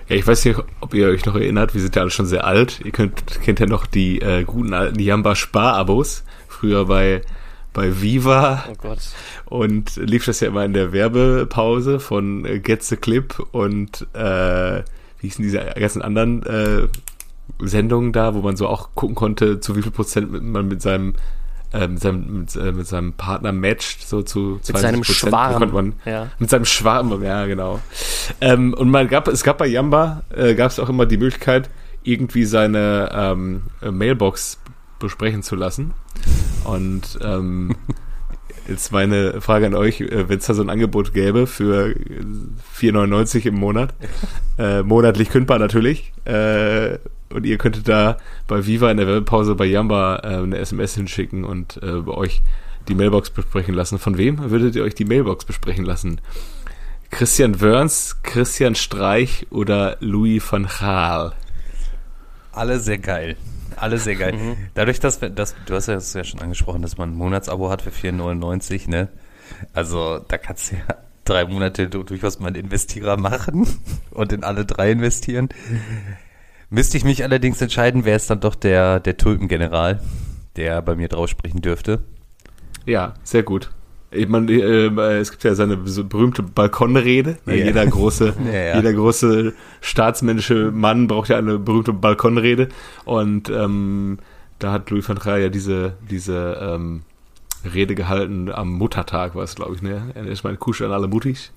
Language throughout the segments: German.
Ja, ich weiß nicht, ob ihr euch noch erinnert, wir sind ja alle schon sehr alt. Ihr kennt ja noch die guten alten Jamba-Spar-Abos. Früher bei Viva. Oh Gott. Und lief das ja immer in der Werbepause von Get the Clip und wie hießen diese ganzen anderen Sendungen da, wo man so auch gucken konnte, zu wie viel Prozent man mit seinem Partner matcht, so zu 20%. Mit seinem Schwarm. Mit seinem Schwarm, ja, genau. Und es gab bei Jamba, gab es auch immer die Möglichkeit, irgendwie seine Mailbox besprechen zu lassen. Und jetzt meine Frage an euch, wenn es da so ein Angebot gäbe für 4,99 im Monat, monatlich kündbar natürlich, und ihr könntet da bei Viva in der Werbepause bei Jamba eine SMS hinschicken und bei euch die Mailbox besprechen lassen. Von wem würdet ihr euch die Mailbox besprechen lassen? Christian Wörns, Christian Streich oder Louis van Gaal? Alle sehr geil. Dadurch, dass du hast ja schon angesprochen, dass man ein Monatsabo hat für 4,99, ne? Also da kannst du ja 3 Monate durchaus mal einen Investierer machen und in alle 3 investieren. Müsste ich mich allerdings entscheiden, wäre es dann doch der Tulpengeneral, der bei mir drauf sprechen dürfte. Ja, sehr gut. Ich meine, es gibt ja seine so berühmte Balkonrede. Yeah. Jeder große staatsmännische Mann braucht ja eine berühmte Balkonrede. Und da hat Louis van Gaal ja diese Rede gehalten am Muttertag, war es, glaube ich, ne? Ich meine, Kusch an alle Muttis.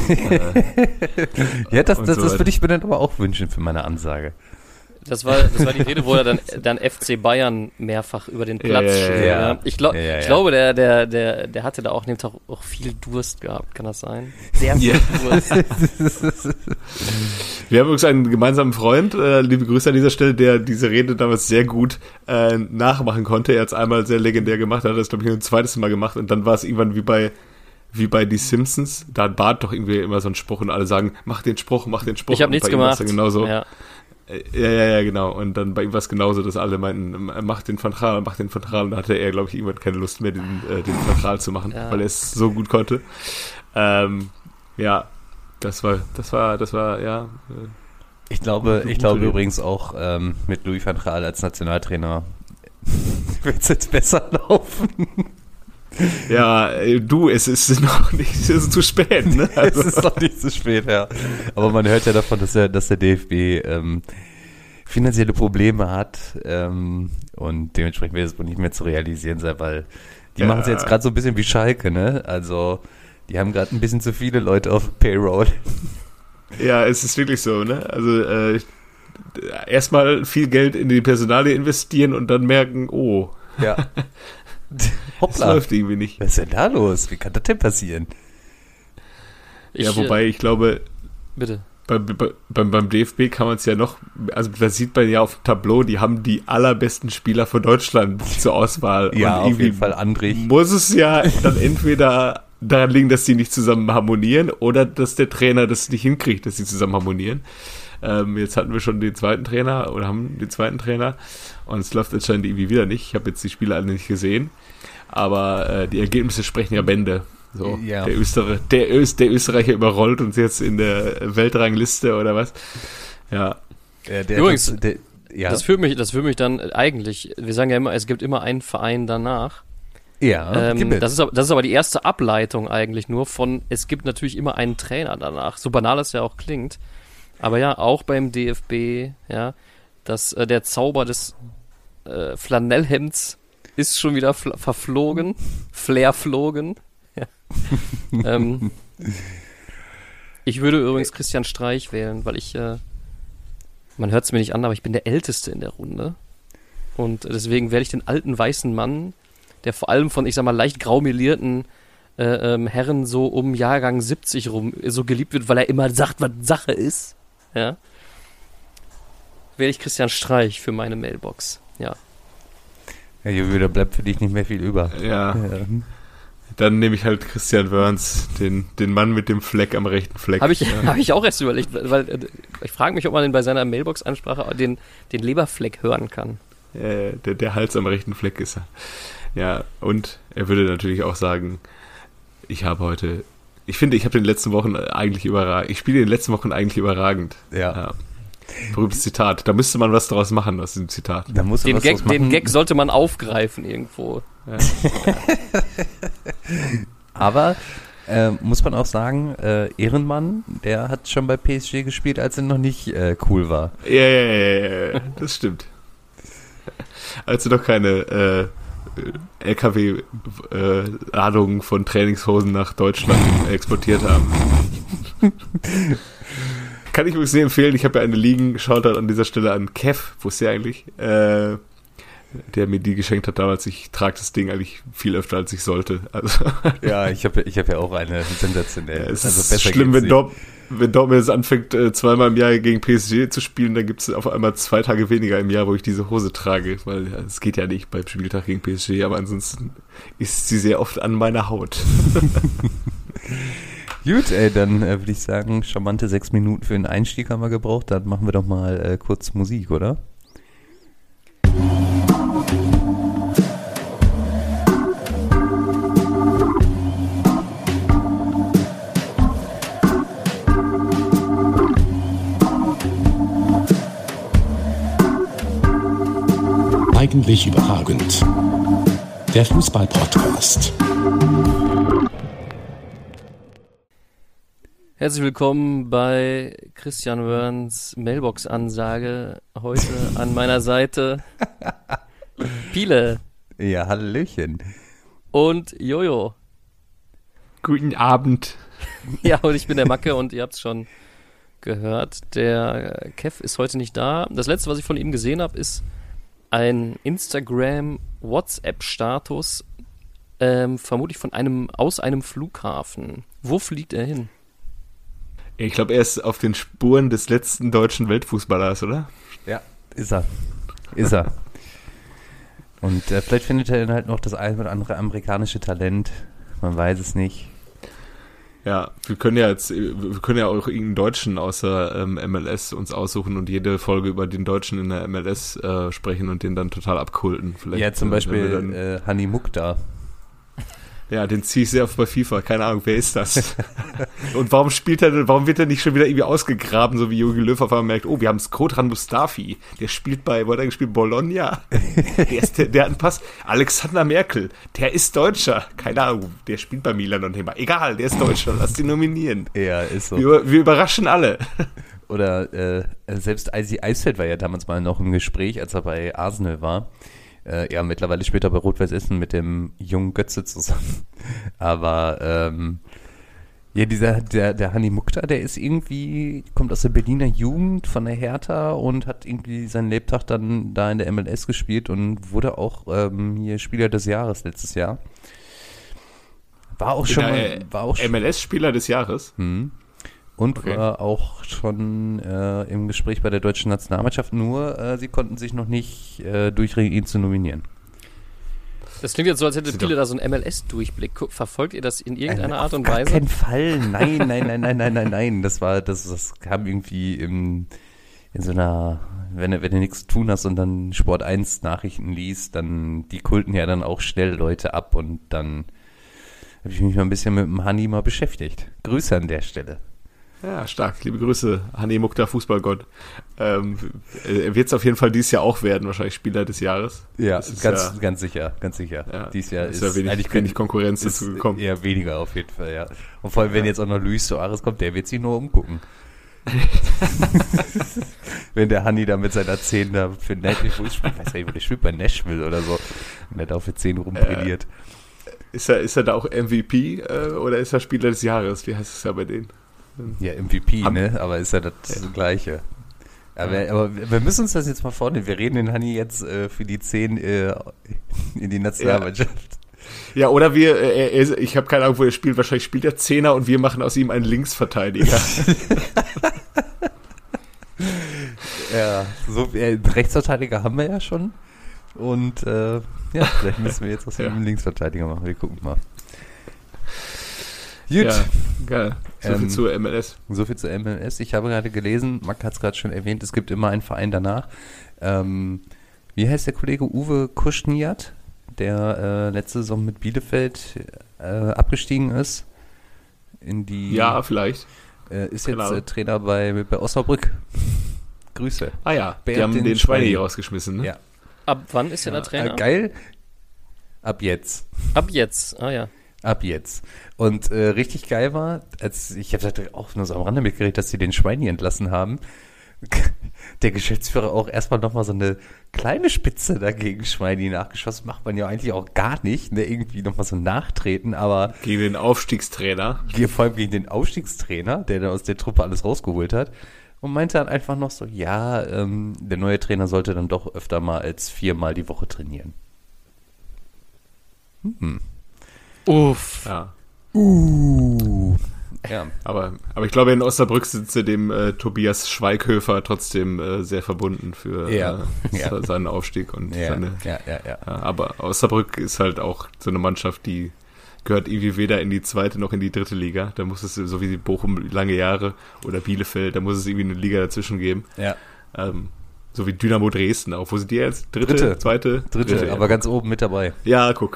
Ja, das würde ich mir dann aber auch wünschen für meine Ansage. Das war die Rede, wo er dann FC Bayern mehrfach über den Platz schritt. Ja. Ich glaube, der hatte da auch an dem Tag auch viel Durst gehabt. Kann das sein? Sehr viel Durst. Wir haben übrigens einen gemeinsamen Freund, liebe Grüße an dieser Stelle, der diese Rede damals sehr gut nachmachen konnte. Er hat es einmal sehr legendär gemacht, hat das, glaube ich, ein zweites Mal gemacht und dann war es irgendwann wie bei die Simpsons. Da hat Bart doch irgendwie immer so einen Spruch und alle sagen, mach den Spruch. Ich habe nichts gemacht. Genauso. Ja. Ja, genau. Und dann bei ihm war es genauso, dass alle meinten, mach den Van Gaal. Und da hatte er, glaube ich, irgendwann keine Lust mehr, den Van Gaal zu machen, weil er es so gut konnte. Ja, das war, ja. Ich glaube übrigens auch, mit Louis van Gaal als Nationaltrainer wird es jetzt besser laufen. Ja, es ist noch nicht zu spät, ne? Also. Es ist noch nicht zu spät, ja. Aber man hört ja davon, dass der DFB finanzielle Probleme hat und dementsprechend wird es wohl nicht mehr zu realisieren sein, weil die machen es jetzt gerade so ein bisschen wie Schalke, ne? Also die haben gerade ein bisschen zu viele Leute auf Payroll. Ja, es ist wirklich so, ne? Also erstmal viel Geld in die Personalie investieren und dann merken, oh. Ja. Hoppla. Das läuft irgendwie nicht. Was ist denn da los? Wie kann das denn passieren? Wobei ich glaube, bitte. Beim DFB kann man es ja noch, also da sieht man ja auf dem Tableau, die haben die allerbesten Spieler von Deutschland zur Auswahl. Ja, und auf jeden Fall Andrich. Muss es ja dann entweder daran liegen, dass die nicht zusammen harmonieren oder dass der Trainer das nicht hinkriegt, dass sie zusammen harmonieren. Jetzt hatten wir schon den zweiten Trainer oder haben den zweiten Trainer und es läuft anscheinend irgendwie wieder nicht. Ich habe jetzt die Spiele alle nicht gesehen, aber die Ergebnisse sprechen ja Bände. So, ja. Der Österreicher überrollt uns jetzt in der Weltrangliste oder was? Ja. Übrigens, das führt mich dann eigentlich, wir sagen ja immer, es gibt immer einen Verein danach. Ja, das ist aber die erste Ableitung eigentlich nur von, es gibt natürlich immer einen Trainer danach. So banal es ja auch klingt. Aber ja, auch beim DFB, ja, der Zauber des Flanellhemds ist schon wieder verflogen, flairflogen. Ja. Ich würde übrigens Christian Streich wählen, weil man hört es mir nicht an, aber ich bin der Älteste in der Runde. Und deswegen wähle ich den alten weißen Mann, der vor allem von, ich sag mal, leicht graumelierten Herren so um Jahrgang 70 rum so geliebt wird, weil er immer sagt, was Sache ist. Ja. Wähle ich Christian Streich für meine Mailbox. Ja. Ja, Jürgen, da bleibt für dich nicht mehr viel über. Ja. Dann nehme ich halt Christian Wörns, den Mann mit dem Fleck am rechten Fleck. Hab ich auch erst überlegt, weil ich frage mich, ob man bei seiner Mailbox-Ansprache den Leberfleck hören kann. Der Hals am rechten Fleck ist er. Ja, und er würde natürlich auch sagen, ich habe heute Ich finde, ich habe den letzten Wochen eigentlich überragend. Ich spiele in den letzten Wochen eigentlich überragend. Ja. Berühmtes Zitat. Da müsste man was draus machen aus diesem Zitat. Da muss Den Gag sollte man aufgreifen irgendwo. Ja. Aber muss man auch sagen, Ehrenmann, der hat schon bei PSG gespielt, als er noch nicht cool war. Ja, das stimmt. Als sie doch keine LKW-Ladungen von Trainingshosen nach Deutschland exportiert haben. Kann ich übrigens sehr empfehlen. Ich habe ja eine liegen. Schaut an dieser Stelle an Kev. Wo ist der eigentlich? Der mir die geschenkt hat damals. Ich trage das Ding eigentlich viel öfter, als ich sollte. Also Ja, ich hab ja auch eine sensationell. es ist schlimm, wenn Dortmund jetzt anfängt, zweimal im Jahr gegen PSG zu spielen, dann gibt es auf einmal 2 Tage weniger im Jahr, wo ich diese Hose trage, weil es geht ja nicht beim Spieltag gegen PSG, aber ansonsten ist sie sehr oft an meiner Haut. Gut, dann würde ich sagen, charmante 6 Minuten für den Einstieg haben wir gebraucht. Dann machen wir doch mal kurz Musik, oder? Eigentlich überragend. Der Fußball-Podcast. Herzlich willkommen bei Christian Wörns Mailbox-Ansage. Heute an meiner Seite Piele Ja, Hallöchen. und Jojo. Guten Abend. Ja, und ich bin der Macke und ihr habt es schon gehört. Der Kev ist heute nicht da. Das letzte, was ich von ihm gesehen habe, ist ein Instagram-WhatsApp-Status, vermutlich aus einem Flughafen. Wo fliegt er hin? Ich glaube, er ist auf den Spuren des letzten deutschen Weltfußballers, oder? Ja, ist er. Und vielleicht findet er dann halt noch das ein oder andere amerikanische Talent. Man weiß es nicht. Ja, wir können ja auch irgendeinen Deutschen außer MLS uns aussuchen und jede Folge über den Deutschen in der MLS sprechen und den dann total abkulten. Vielleicht, Ja, zum Beispiel Hani Mukhtar. Ja, den ziehe ich sehr oft bei FIFA. Keine Ahnung, wer ist das? Und warum wird er nicht schon wieder irgendwie ausgegraben, so wie Jogi Löw auf einmal merkt, oh, wir haben Skodran Mustafi, der spielt Bologna. Der hat einen Pass. Alexander Merkel, der ist Deutscher. Keine Ahnung, der spielt bei Milan und Neymar. Egal, der ist Deutscher, lass den nominieren. Ja, ist so. Wir überraschen alle. Oder selbst Icy Eisfeld war ja damals mal noch im Gespräch, als er bei Arsenal war. Ja, mittlerweile später bei Rot-Weiß Essen mit dem jungen Götze zusammen. Aber ja, der Hani Mukhtar, der ist irgendwie, kommt aus der Berliner Jugend von der Hertha und hat irgendwie seinen Lebtag dann da in der MLS gespielt und wurde auch hier Spieler des Jahres letztes Jahr. War auch MLS-Spieler des Jahres. Und okay. war auch schon im Gespräch bei der deutschen Nationalmannschaft, nur sie konnten sich noch nicht durchringen, ihn zu nominieren. Das klingt jetzt so, als hätte Piele da so einen MLS-Durchblick. Verfolgt ihr das in irgendeiner Art und Weise? Auf keinen Fall, nein. Das kam irgendwie in so einer, wenn du nichts zu tun hast und dann Sport 1 Nachrichten liest, dann, die kulten ja dann auch schnell Leute ab und dann habe ich mich mal ein bisschen mit dem Hani mal beschäftigt. Grüße an der Stelle. Ja, stark. Liebe Grüße, Hani Mukhtar, Fußballgott. Er wird es auf jeden Fall dieses Jahr auch werden, wahrscheinlich Spieler des Jahres. Ja, ganz sicher. Ja, Dieses Jahr ist ja wenig Konkurrenz dazu gekommen. Eher weniger auf jeden Fall, ja. Und vor allem, wenn jetzt auch noch Luis Suarez kommt, der wird sich nur umgucken. Wenn der Hani da mit seiner 10 da für Nashville, ich weiß gar nicht, wo der spielt, bei Nashville oder so, und der da auf der 10 rumbrilliert. Ist er da auch MVP oder ist er Spieler des Jahres? Wie heißt es ja bei denen? Ja, MVP, ne? Aber ist ja das Gleiche. Aber wir müssen uns das jetzt mal vornehmen. Wir reden den Hani jetzt für die 10 in die Nationalmannschaft. Ja, oder ich habe keine Ahnung, wo er spielt. Wahrscheinlich spielt er 10er und wir machen aus ihm einen Linksverteidiger. Ja, so Rechtsverteidiger haben wir ja schon. Und ja, vielleicht müssen wir jetzt aus ihm einen Linksverteidiger machen. Wir gucken mal. Gut. Ja, geil. So viel zur MLS. So viel zur MLS. Ich habe gerade gelesen, Mack hat es gerade schon erwähnt, es gibt immer einen Verein danach. Wie heißt der Kollege? Uwe Kuschniat, der letzte Saison mit Bielefeld abgestiegen ist in die... Ja, vielleicht. Ist jetzt Trainer bei Osnabrück. Grüße. Ah ja, Bernd die haben den Schweini rausgeschmissen, ne? Ja. Ab wann ist er der Trainer? Geil. Ab jetzt. Ab jetzt, ja. Ab jetzt. Und richtig geil war, ich habe das auch nur so am Rande mitgekriegt, dass sie den Schweini entlassen haben. Der Geschäftsführer auch erstmal nochmal so eine kleine Spitze dagegen Schweini nachgeschossen. Macht man ja eigentlich auch gar nicht, ne? Irgendwie nochmal so nachtreten, aber... Gegen den Aufstiegstrainer. Vor allem gegen den Aufstiegstrainer, der dann aus der Truppe alles rausgeholt hat. Und meinte dann einfach noch so, ja, der neue Trainer sollte dann doch öfter mal als 4-mal die Woche trainieren. Uff. Ja. Ja. Aber ich glaube, in Osnabrück sind sie dem Tobias Schweighöfer trotzdem sehr verbunden für seinen Aufstieg und seine. Ja. Aber Osnabrück ist halt auch so eine Mannschaft, die gehört irgendwie weder in die zweite noch in die dritte Liga. Da muss es, so wie Bochum lange Jahre oder Bielefeld, da muss es irgendwie eine Liga dazwischen geben. Ja. So wie Dynamo Dresden auch. Wo sind die jetzt? Dritte. Zweite? Dritte, aber ganz oben mit dabei. Ja, guck.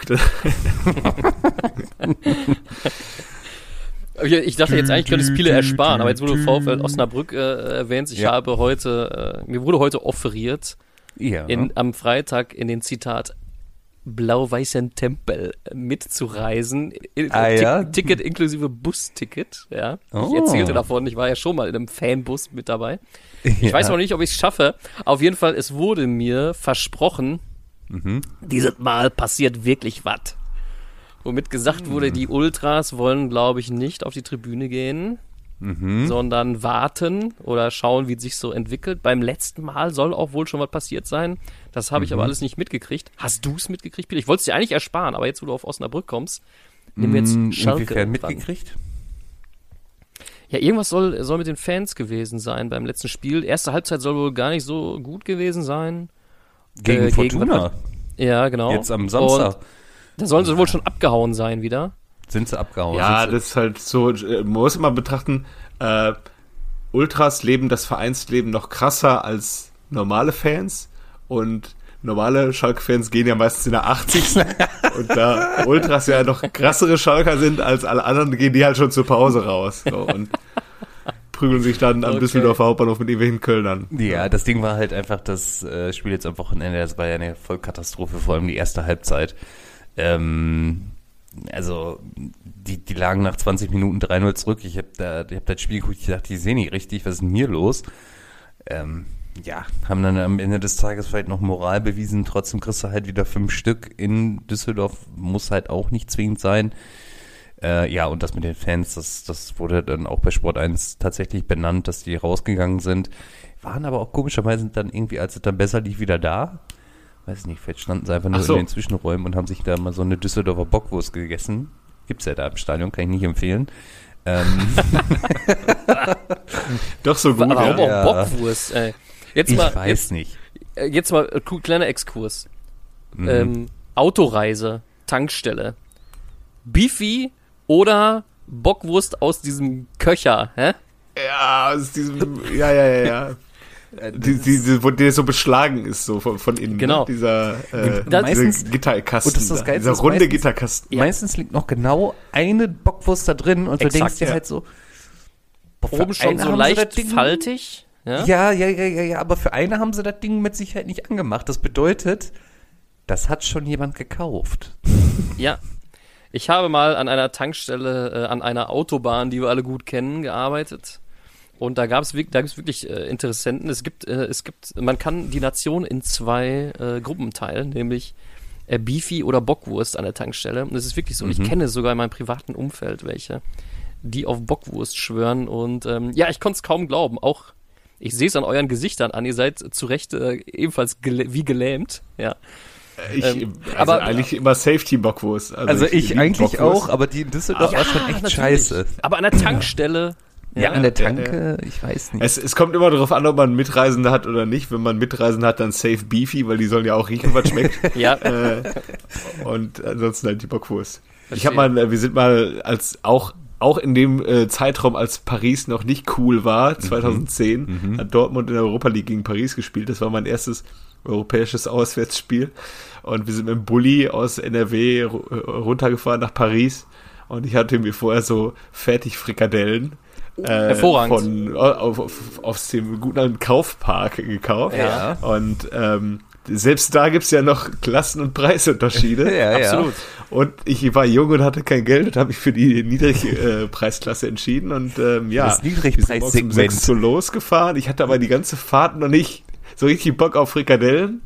Ich dachte jetzt eigentlich, könnte ich Spiele ersparen, aber jetzt wurde VfL Osnabrück erwähnt. Mir wurde heute offeriert, am Freitag in den Zitat blau-weißen Tempel mitzureisen. Ticket inklusive Busticket, ja. Ich erzählte davon, ich war ja schon mal in einem Fanbus mit dabei. Ich weiß noch nicht, ob ich es schaffe. Auf jeden Fall, es wurde mir versprochen, dieses Mal passiert wirklich was. Womit gesagt wurde, die Ultras wollen, glaube ich, nicht auf die Tribüne gehen, sondern warten oder schauen, wie es sich so entwickelt. Beim letzten Mal soll auch wohl schon was passiert sein. Das habe ich aber alles nicht mitgekriegt. Hast du es mitgekriegt, Peter? Ich wollte es dir eigentlich ersparen, aber jetzt, wo du auf Osnabrück kommst, nehmen wir jetzt Schalke. Inwiefern mitgekriegt? Ja, irgendwas soll mit den Fans gewesen sein beim letzten Spiel. Erste Halbzeit soll wohl gar nicht so gut gewesen sein. Gegen Fortuna. Ja, genau. Jetzt am Samstag. Und da sollen sie wohl schon abgehauen sein wieder. Sind sie abgehauen? Ja, das ist halt so, man muss immer betrachten, Ultras leben das Vereinsleben noch krasser als normale Fans und normale Schalke-Fans gehen ja meistens in der 80. und da Ultras ja noch krassere Schalker sind als alle anderen, gehen die halt schon zur Pause raus so, und prügeln sich dann am Düsseldorfer Hauptbahnhof mit irgendwelchen Kölnern. Ja, das Ding war halt einfach, das Spiel jetzt am Wochenende, das war ja eine Vollkatastrophe, vor allem die erste Halbzeit. Also die lagen nach 20 Minuten 3-0 zurück. Ich hab das Spiel geguckt, ich dachte, die sehen nicht richtig, was ist denn hier los? Haben dann am Ende des Tages vielleicht noch Moral bewiesen, trotzdem kriegst du halt wieder 5 Stück in Düsseldorf, muss halt auch nicht zwingend sein. Und das mit den Fans, das wurde dann auch bei Sport 1 tatsächlich benannt, dass die rausgegangen sind, waren aber auch komischerweise dann irgendwie, als es dann besser lief, wieder da. Weiß nicht, vielleicht standen sie einfach nur in den Zwischenräumen und haben sich da mal so eine Düsseldorfer Bockwurst gegessen. Gibt's ja da im Stadion, kann ich nicht empfehlen. Doch so gut, warum auch Bockwurst, ey. Weiß nicht. Jetzt mal kleiner Exkurs. Autoreise, Tankstelle. Beefy oder Bockwurst aus diesem Köcher, hä? Ja, aus diesem, ja. Wo der so beschlagen ist, so von innen. Genau. Ne? Dieser Gitterkasten. Und das ist das Geilste. Dieser runde Gitterkasten. Ja. Meistens liegt noch genau eine Bockwurst da drin und du denkst dir halt so, oben schon so leicht faltig. Ja, aber für eine haben sie das Ding mit Sicherheit nicht angemacht. Das bedeutet, das hat schon jemand gekauft. Ja. Ich habe mal an einer Tankstelle, an einer Autobahn, die wir alle gut kennen, gearbeitet. Und da gibt's wirklich Interessenten. Man kann die Nation in 2 Gruppen teilen, nämlich Beefy oder Bockwurst an der Tankstelle. Und es ist wirklich so. Und ich kenne sogar in meinem privaten Umfeld welche, die auf Bockwurst schwören. Und ich konnte es kaum glauben. Auch ich sehe es an euren Gesichtern an. Ihr seid zu Recht ebenfalls wie gelähmt. Ja. Aber eigentlich immer Safety-Bockwurst. Also ich eigentlich Bockwurst. Auch, aber die in Düsseldorf war schon echt natürlich. Scheiße. Aber an der Tankstelle... Ja, an der Tanke, ich weiß nicht. Es kommt immer darauf an, ob man Mitreisende hat oder nicht. Wenn man Mitreisende hat, dann safe Beefy, weil die sollen ja auch riechen, was schmeckt. Ja. Und ansonsten halt die Bockwurst. Wir sind mal auch in dem Zeitraum, als Paris noch nicht cool war, 2010, hat Dortmund in der Europa League gegen Paris gespielt. Das war mein erstes europäisches Auswärtsspiel. Und wir sind mit dem Bulli aus NRW runtergefahren nach Paris. und ich hatte mir vorher so Fertigfrikadellen Hervorragend. aus dem guten alten Kaufpark gekauft. Ja. Und selbst da gibt's ja noch Klassen- und Preisunterschiede. Ja, Absolut. Und ich war jung und hatte kein Geld und habe mich für die Niedrigpreisklasse entschieden. Und Das wir sind Niedrigpreissegment. um 6 so losgefahren. Ich hatte aber die ganze Fahrt noch nicht so richtig Bock auf Frikadellen.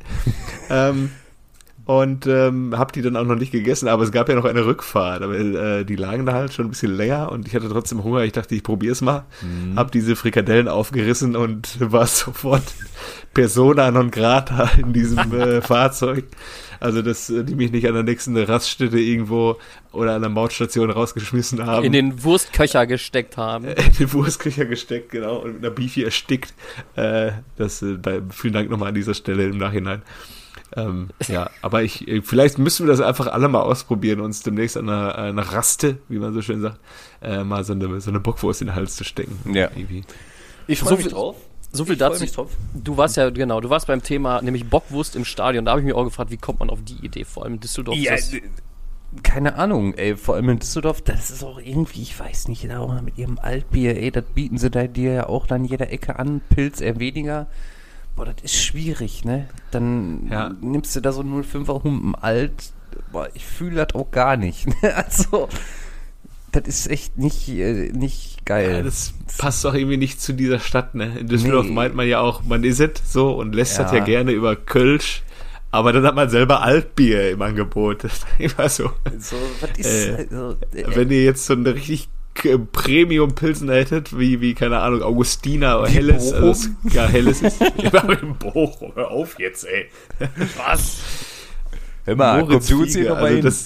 Und habe die dann auch noch nicht gegessen, aber es gab ja noch eine Rückfahrt, aber die lagen da halt schon ein bisschen länger und ich hatte trotzdem Hunger. Ich dachte, ich probiere es mal, habe diese Frikadellen aufgerissen und war sofort persona non grata in diesem Fahrzeug. Also, dass die mich nicht an der nächsten Raststätte irgendwo oder an der Mautstation rausgeschmissen haben. In den Wurstköcher gesteckt haben. In den Wurstköcher gesteckt, genau, und mit einer Beefy erstickt. Vielen Dank nochmal an dieser Stelle im Nachhinein. Ja, aber vielleicht müssen wir das einfach alle mal ausprobieren, uns demnächst an einer Raste, wie man so schön sagt, mal so eine Bockwurst in den Hals zu stecken. Ja. Irgendwie. Ich So freue mich viel- drauf. So viel Ich freu dazu. mich drauf. Du warst beim Thema, nämlich Bockwurst im Stadion. Da habe ich mich auch gefragt, wie kommt man auf die Idee? Vor allem in Düsseldorf. Ja, ist das- keine Ahnung, ey, vor allem in Düsseldorf, das ist auch irgendwie, ich weiß nicht, da auch mit ihrem Altbier, ey, das bieten sie da dir ja auch an jeder Ecke an, Pilz eher weniger. Boah, das ist schwierig, ne? Dann nimmst du da so 0,5er Humpen alt, boah, ich fühle das auch gar nicht. Also, das ist echt nicht geil. Ja, das passt doch irgendwie nicht zu dieser Stadt, ne? In Düsseldorf Nee. meint man ja auch, man ist es so und lästert Ja. ja gerne über Kölsch, aber dann hat man selber Altbier im Angebot. Das ist immer so. So, was ist, Wenn ihr jetzt so eine richtig Premium-Pilsen hättet, wie, keine Ahnung, Augustiner oder Wie Helles. Bochum? Helles ist. Ja, in Bochum, hör auf jetzt, ey. Was? hör mal, Moritz komm du uns hier Fiege, noch mal also hin. das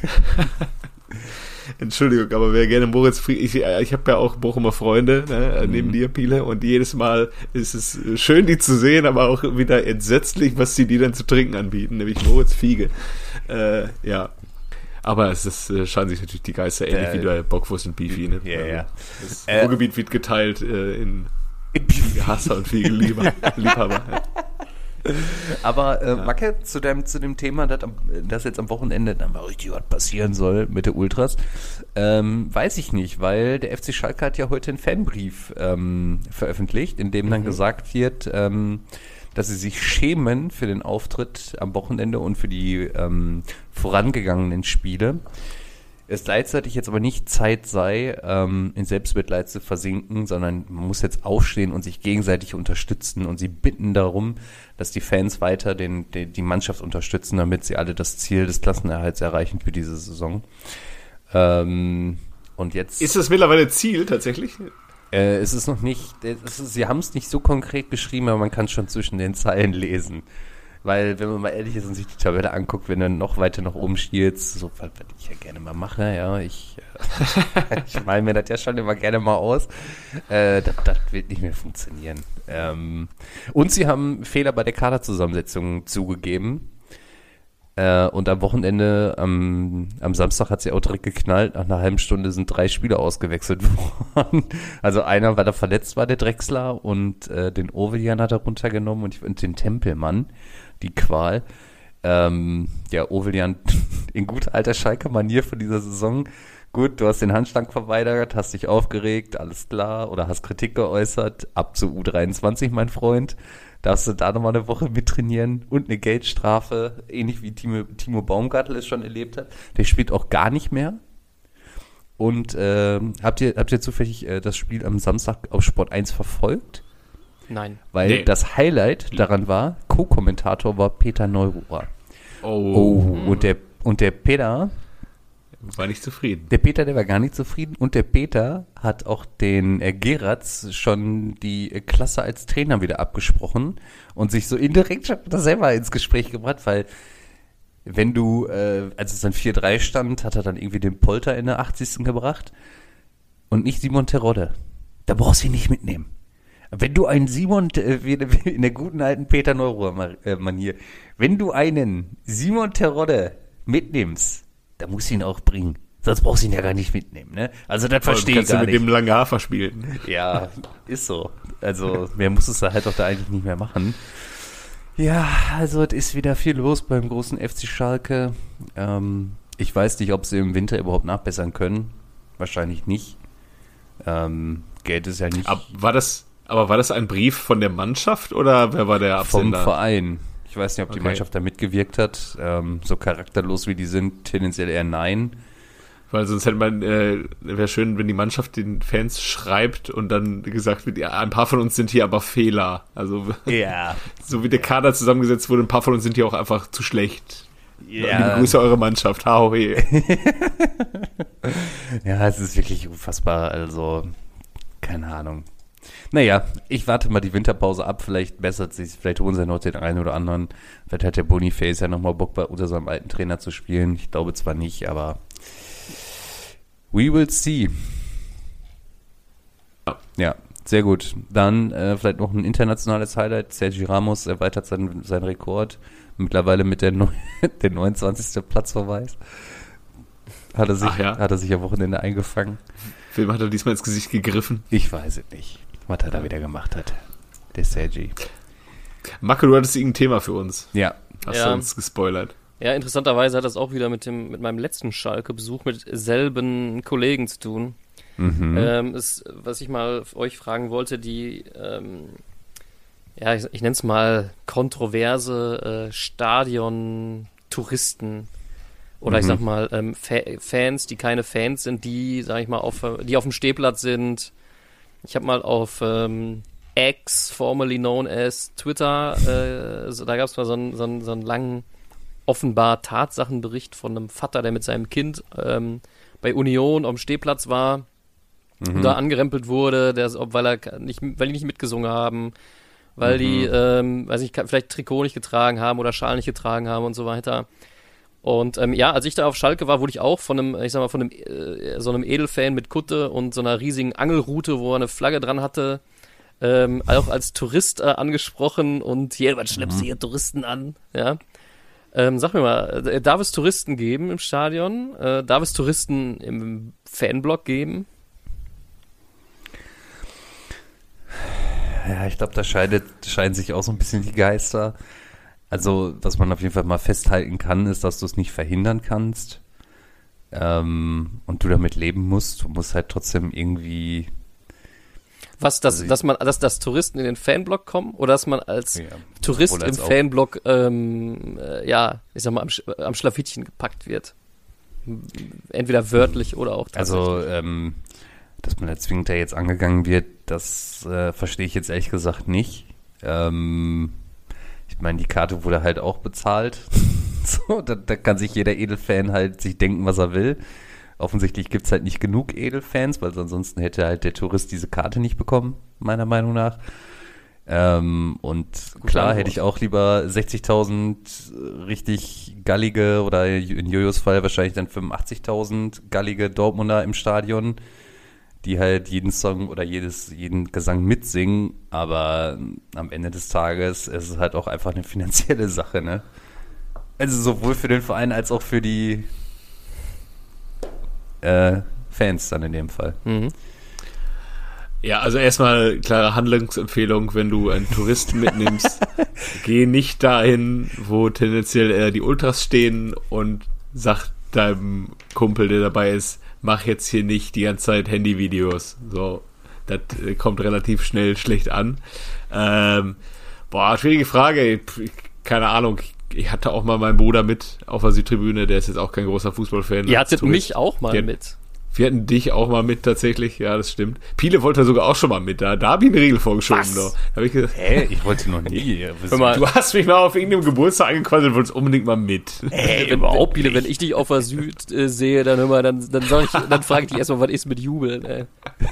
Entschuldigung, aber wer gerne Moritz Fried, ich habe ja auch Bochumer Freunde, ne, neben dir, Piele, und jedes Mal ist es schön, die zu sehen, aber auch wieder entsetzlich, was die dann zu trinken anbieten, nämlich Moritz Fiege. Ja. Aber scheinen sich natürlich die Geister ähnlich wie bei Bockwurst und Beefy, ne? Ja, ja. Das Ruhrgebiet wird geteilt in Hasser und Liebhaber. Ja. Aber Macke, zu dem Thema, dass jetzt am Wochenende dann mal richtig was passieren soll mit den Ultras, weiß ich nicht, weil der FC Schalke hat ja heute einen Fanbrief veröffentlicht, in dem dann gesagt wird, dass sie sich schämen für den Auftritt am Wochenende und für die vorangegangenen Spiele. Es gleichzeitig jetzt aber nicht Zeit sei, in Selbstmitleid zu versinken, sondern man muss jetzt aufstehen und sich gegenseitig unterstützen und sie bitten darum, dass die Fans weiter die Mannschaft unterstützen, damit sie alle das Ziel des Klassenerhalts erreichen für diese Saison. Und jetzt Ist das mittlerweile Ziel tatsächlich? es ist noch nicht, sie haben es nicht so konkret geschrieben, aber man kann es schon zwischen den Zeilen lesen. Weil, wenn man mal ehrlich ist und sich die Tabelle anguckt, wenn du noch weiter nach oben schielst, so was ich ja gerne mal mache, ja, ich male mir das ja schon immer gerne mal aus, das wird nicht mehr funktionieren. Und sie haben Fehler bei der Kaderzusammensetzung zugegeben. Und am Wochenende, am Samstag hat sie auch direkt geknallt. Nach einer halben Stunde sind 3 Spieler ausgewechselt worden. Also einer, weil er verletzt war, der Drechsler, und den Ovelian hat er runtergenommen und den Tempelmann, die Qual. Ja, Ovelian in guter alter Schalke-Manier von dieser Saison. Gut, du hast den Handschlag verweigert, hast dich aufgeregt, alles klar, oder hast Kritik geäußert. Ab zu U23, mein Freund. Darfst du da nochmal eine Woche mittrainieren und eine Geldstrafe, ähnlich wie Timo Baumgartel es schon erlebt hat. Der spielt auch gar nicht mehr. Und habt ihr zufällig das Spiel am Samstag auf Sport 1 verfolgt? Nein. Weil das Highlight daran war, Co-Kommentator war Peter Neururer. Und der Peter... War nicht zufrieden. Der Peter, der war gar nicht zufrieden. Und der Peter hat auch den Geratz schon die Klasse als Trainer wieder abgesprochen und sich so indirekt schon da selber ins Gespräch gebracht, weil wenn du, als es dann 4-3 stand, hat er dann irgendwie den Polter in der 80. gebracht und nicht Simon Terodde. Da brauchst du ihn nicht mitnehmen. Wenn du einen Simon, wie in der guten alten Peter Neururer-Manier, wenn du einen Simon Terodde mitnimmst, da musst du ihn auch bringen. Sonst brauchst du ihn ja gar nicht mitnehmen, ne? Also das verstehe ich Kannst gar du mit nicht. dem lange Hafer spielen. Ja, ist so. Also mehr muss es da halt auch da eigentlich nicht mehr machen. Ja, also es ist wieder viel los beim großen FC Schalke. Ich weiß nicht, ob sie im Winter überhaupt nachbessern können. Wahrscheinlich nicht. Geld ist ja nicht... war das ein Brief von der Mannschaft oder wer war der Absender? Vom Verein. Ich weiß nicht, ob die Mannschaft da mitgewirkt hat. So charakterlos wie die sind, tendenziell eher nein. Weil sonst hätte man, wäre schön, wenn die Mannschaft den Fans schreibt und dann gesagt wird, ja, ein paar von uns sind hier aber Fehler. Also, so wie der Kader zusammengesetzt wurde, ein paar von uns sind hier auch einfach zu schlecht. Liebe Grüße eure Mannschaft. Hauhe. Ja, es ist wirklich unfassbar. Also, keine Ahnung. Naja, ich warte mal die Winterpause ab. Vielleicht bessert sich, vielleicht holen sie noch den einen oder anderen. Vielleicht hat der Boniface ja nochmal Bock, unter seinem alten Trainer zu spielen. Ich glaube zwar nicht, aber we will see. Ja, sehr gut. Dann vielleicht noch ein internationales Highlight. Sergio Ramos erweitert seinen Rekord. Mittlerweile mit der 29. Platzverweis. Hat er sich am Wochenende eingefangen. Wem hat er diesmal ins Gesicht gegriffen? Ich weiß es nicht, was er da wieder gemacht hat. Der Sergi. Marco, du hattest irgendein Thema für uns. Ja. Hast du uns gespoilert. Ja, interessanterweise hat das auch wieder mit meinem letzten Schalke-Besuch mit selben Kollegen zu tun. Was ich mal euch fragen wollte, die, ich nenne es mal kontroverse Stadion-Touristen oder ich sag mal Fans, die keine Fans sind, die, sag ich mal, die auf dem Stehplatz sind. Ich habe mal auf X, formerly known as Twitter, da gab es mal so einen langen offenbar Tatsachenbericht von einem Vater, der mit seinem Kind bei Union am Stehplatz war und da angerempelt wurde, weil die nicht mitgesungen haben, weil die, vielleicht Trikot nicht getragen haben oder Schal nicht getragen haben und so weiter. Und als ich da auf Schalke war, wurde ich auch von einem so einem Edelfan mit Kutte und so einer riesigen Angelrute, wo er eine Flagge dran hatte, auch als Tourist angesprochen und hier, was schleppst du hier Touristen an? Ja. Sag mir mal, darf es Touristen geben im Stadion? Darf es Touristen im Fanblock geben? Ja, ich glaube, da scheiden sich auch so ein bisschen die Geister. Also, was man auf jeden Fall mal festhalten kann, ist, dass du es nicht verhindern kannst. Und du damit leben musst. Du musst halt trotzdem irgendwie... Dass Touristen in den Fanblock kommen oder dass man als Tourist im Fanblock, ich sag mal, am Schlafittchen gepackt wird. Entweder wörtlich oder auch tatsächlich. Also, dass man da zwingend da jetzt angegangen wird, das verstehe ich jetzt ehrlich gesagt nicht. Ich meine, die Karte wurde halt auch bezahlt. So, da kann sich jeder Edelfan halt sich denken, was er will. Offensichtlich gibt es halt nicht genug Edelfans, weil ansonsten hätte halt der Tourist diese Karte nicht bekommen, meiner Meinung nach. Und klar hätte ich auch lieber 60.000 richtig gallige oder in Jojos Fall wahrscheinlich dann 85.000 gallige Dortmunder im Stadion, die halt jeden Song oder jeden Gesang mitsingen, aber am Ende des Tages ist es halt auch einfach eine finanzielle Sache, ne? Also sowohl für den Verein als auch für die Fans dann in dem Fall. Ja, also erstmal klare Handlungsempfehlung, wenn du einen Touristen mitnimmst, geh nicht dahin, wo tendenziell eher die Ultras stehen und sag deinem Kumpel, der dabei ist, mach jetzt hier nicht die ganze Zeit Handyvideos. So, das kommt relativ schnell schlecht an. Schwierige Frage. Keine Ahnung. Ich hatte auch mal meinen Bruder mit auf der Südtribüne, der ist jetzt auch kein großer Fußballfan. Ihr hattet mich auch mal mit. Wir hatten dich auch mal mit, tatsächlich, ja, das stimmt. Piele wollte sogar auch schon mal mit, da habe ich eine Regel vorgeschoben. Da habe ich gesagt, ich wollte noch nie. Du hast mich mal auf irgendeinem Geburtstag angequatscht und wolltest unbedingt mal mit. Überhaupt, Piele, wenn ich dich auf der Süd sehe, dann frage ich dich erstmal, was ist mit Jubeln, ey.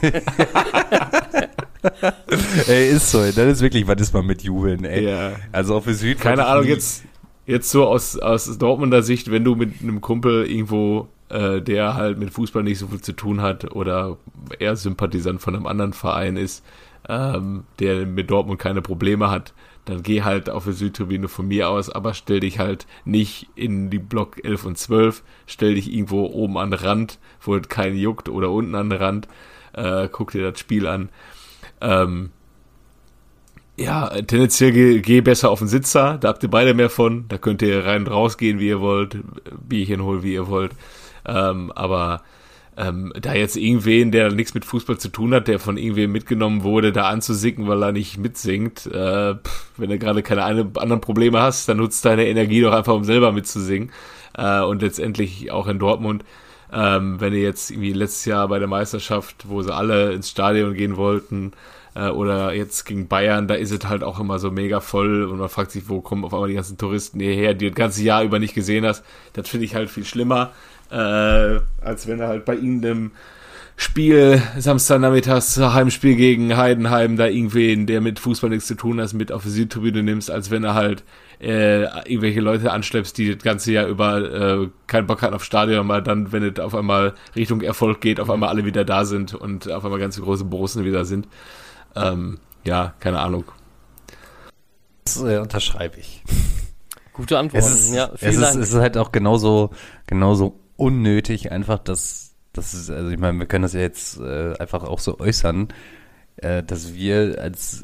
Ist so, das ist wirklich, was ist mal mit Jubeln, ey. Ja. Also auf der Süd. Keine Ahnung, jetzt so aus Dortmunder Sicht, wenn du mit einem Kumpel irgendwo, der halt mit Fußball nicht so viel zu tun hat oder eher Sympathisant von einem anderen Verein ist, der mit Dortmund keine Probleme hat, dann geh halt auf die Südtribüne von mir aus, aber stell dich halt nicht in die Block 11 und 12, stell dich irgendwo oben an den Rand, wo es keinen juckt, oder unten an den Rand, guck dir das Spiel an. Ja, tendenziell geh besser auf den Sitzer, da habt ihr beide mehr von, da könnt ihr rein und raus gehen, wie ihr wollt, Bierchen holen, wie ihr wollt, aber da jetzt irgendwen, der nichts mit Fußball zu tun hat, der von irgendwem mitgenommen wurde, da anzusicken, weil er nicht mitsingt, wenn du gerade keine anderen Probleme hast, dann nutzt deine Energie doch einfach, um selber mitzusingen, und letztendlich auch in Dortmund, wenn du jetzt irgendwie letztes Jahr bei der Meisterschaft, wo sie alle ins Stadion gehen wollten, oder jetzt gegen Bayern, da ist es halt auch immer so mega voll und man fragt sich, wo kommen auf einmal die ganzen Touristen hierher, die das ganze Jahr über nicht gesehen hast. Das finde ich halt viel schlimmer, als wenn du halt bei irgendeinem Spiel Samstagnachmittags, Heimspiel gegen Heidenheim, da irgendwen, der mit Fußball nichts zu tun hat, mit auf die Südtribüne nimmst, als wenn du halt irgendwelche Leute anschleppst, die das ganze Jahr über keinen Bock hatten auf Stadion, aber dann, wenn es auf einmal Richtung Erfolg geht, auf einmal alle wieder da sind und auf einmal ganz große Borussen wieder sind. Ja, keine Ahnung. Das unterschreibe ich. Gute Antworten. Es ist halt auch genauso unnötig, einfach, dass also ich meine, wir können das ja jetzt einfach auch so äußern, dass wir als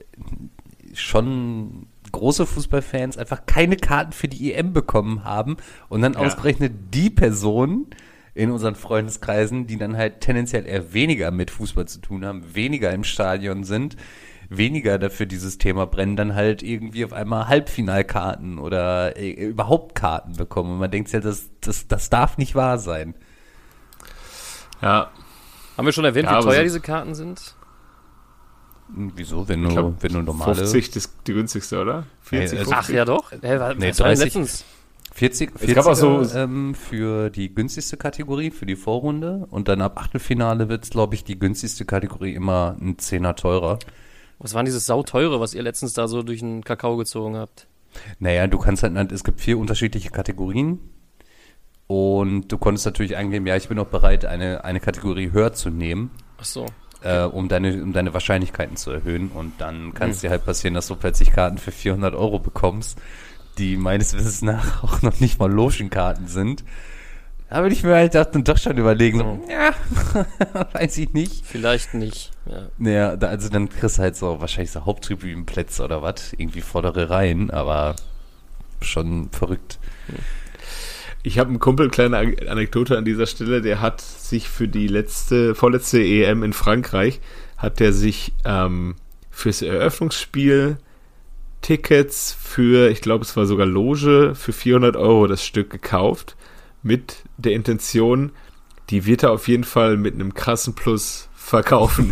schon große Fußballfans einfach keine Karten für die EM bekommen haben und dann ausgerechnet die Person in unseren Freundeskreisen, die dann halt tendenziell eher weniger mit Fußball zu tun haben, weniger im Stadion sind, weniger dafür dieses Thema brennen, dann halt irgendwie auf einmal Halbfinalkarten oder überhaupt Karten bekommen. Und man denkt sich ja, das darf nicht wahr sein. Ja. Haben wir schon erwähnt, wie teuer diese Karten sind? Wieso? Wenn du normale... 50 ist die günstigste, oder? 40, Ach ja doch. Nee, 30. 40 so für die günstigste Kategorie, für die Vorrunde. Und dann ab Achtelfinale wird es, glaube ich, die günstigste Kategorie immer ein Zehner teurer. Was war dieses sauteure, was ihr letztens da so durch den Kakao gezogen habt? Naja, du kannst halt, es gibt 4 unterschiedliche Kategorien. Und du konntest natürlich eingeben, ja, ich bin auch bereit, eine Kategorie höher zu nehmen. Ach so. Um deine Wahrscheinlichkeiten zu erhöhen. Und dann kann es dir halt passieren, dass du plötzlich Karten für 400 € bekommst, die meines Wissens nach auch noch nicht mal Logenkarten sind. Da würde ich mir halt dann doch schon überlegen, ja, weiß ich nicht. Vielleicht nicht, ja. Naja, also dann kriegst du halt so wahrscheinlich so Haupttribünenplätze oder was, irgendwie vordere Reihen, aber schon verrückt. Ich habe einen Kumpel, kleine Anekdote an dieser Stelle, der hat sich für die vorletzte EM in Frankreich, hat der sich fürs Eröffnungsspiel Tickets für, ich glaube es war sogar Loge, für 400 € das Stück gekauft, mit der Intention, die wird er auf jeden Fall mit einem krassen Plus verkaufen.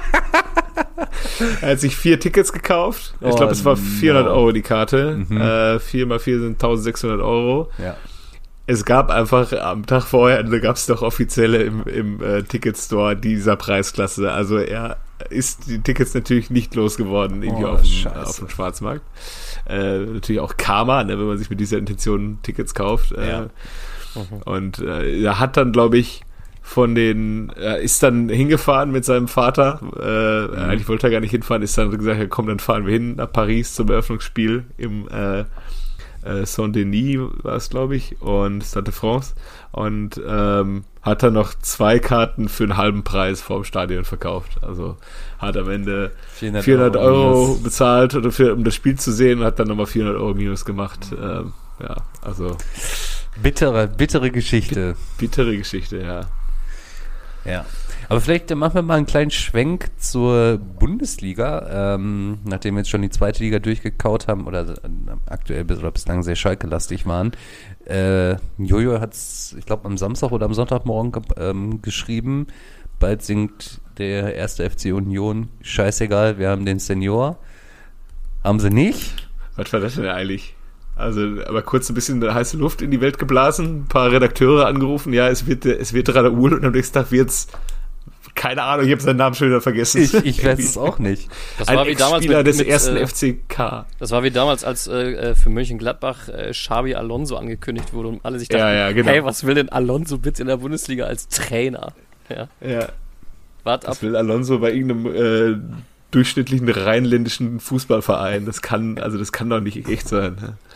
Er hat sich 4 Tickets gekauft, ich glaube es war 400 € die Karte, 4 mal 4 sind 1600 €. Ja. Es gab einfach am Tag vorher, da gab es doch offizielle im Ticketstore dieser Preisklasse. Also er ist die Tickets natürlich nicht losgeworden, irgendwie auf dem Schwarzmarkt. Natürlich auch Karma, ne, wenn man sich mit dieser Intention Tickets kauft. Und er hat dann, glaube ich, ist dann hingefahren mit seinem Vater. Eigentlich wollte er gar nicht hinfahren, ist dann gesagt, ja, komm, dann fahren wir hin nach Paris zum Eröffnungsspiel im Saint-Denis war es, glaube ich, und Stade de France, und hat dann noch 2 Karten für einen halben Preis vorm Stadion verkauft. Also hat am Ende 400 € bezahlt, um das Spiel zu sehen, und hat dann nochmal 400 € minus gemacht. Ja, also bittere Geschichte. Bittere Geschichte, ja. Ja. Aber vielleicht machen wir mal einen kleinen Schwenk zur Bundesliga, nachdem wir jetzt schon die zweite Liga durchgekaut haben oder aktuell bislang sehr Schalke-lastig waren. Jojo hat es, ich glaube, am Samstag oder am Sonntagmorgen geschrieben, bald singt der erste FC Union, scheißegal, wir haben den Senior. Haben sie nicht? Was war das denn eigentlich? Also, aber kurz ein bisschen heiße Luft in die Welt geblasen, ein paar Redakteure angerufen, ja, es wird Raoul, und am nächsten Tag wird's, keine Ahnung, ich habe seinen Namen schon wieder vergessen. Ich weiß es auch nicht. Das war wie damals Spieler des ersten FCK. Das war wie damals, als für Mönchengladbach Xabi Alonso angekündigt wurde und alle sich dachten, genau. Hey, was will denn Alonso bitte in der Bundesliga als Trainer? Ja. Wart ab. Was will Alonso bei irgendeinem durchschnittlichen rheinländischen Fußballverein? Das kann doch nicht echt sein.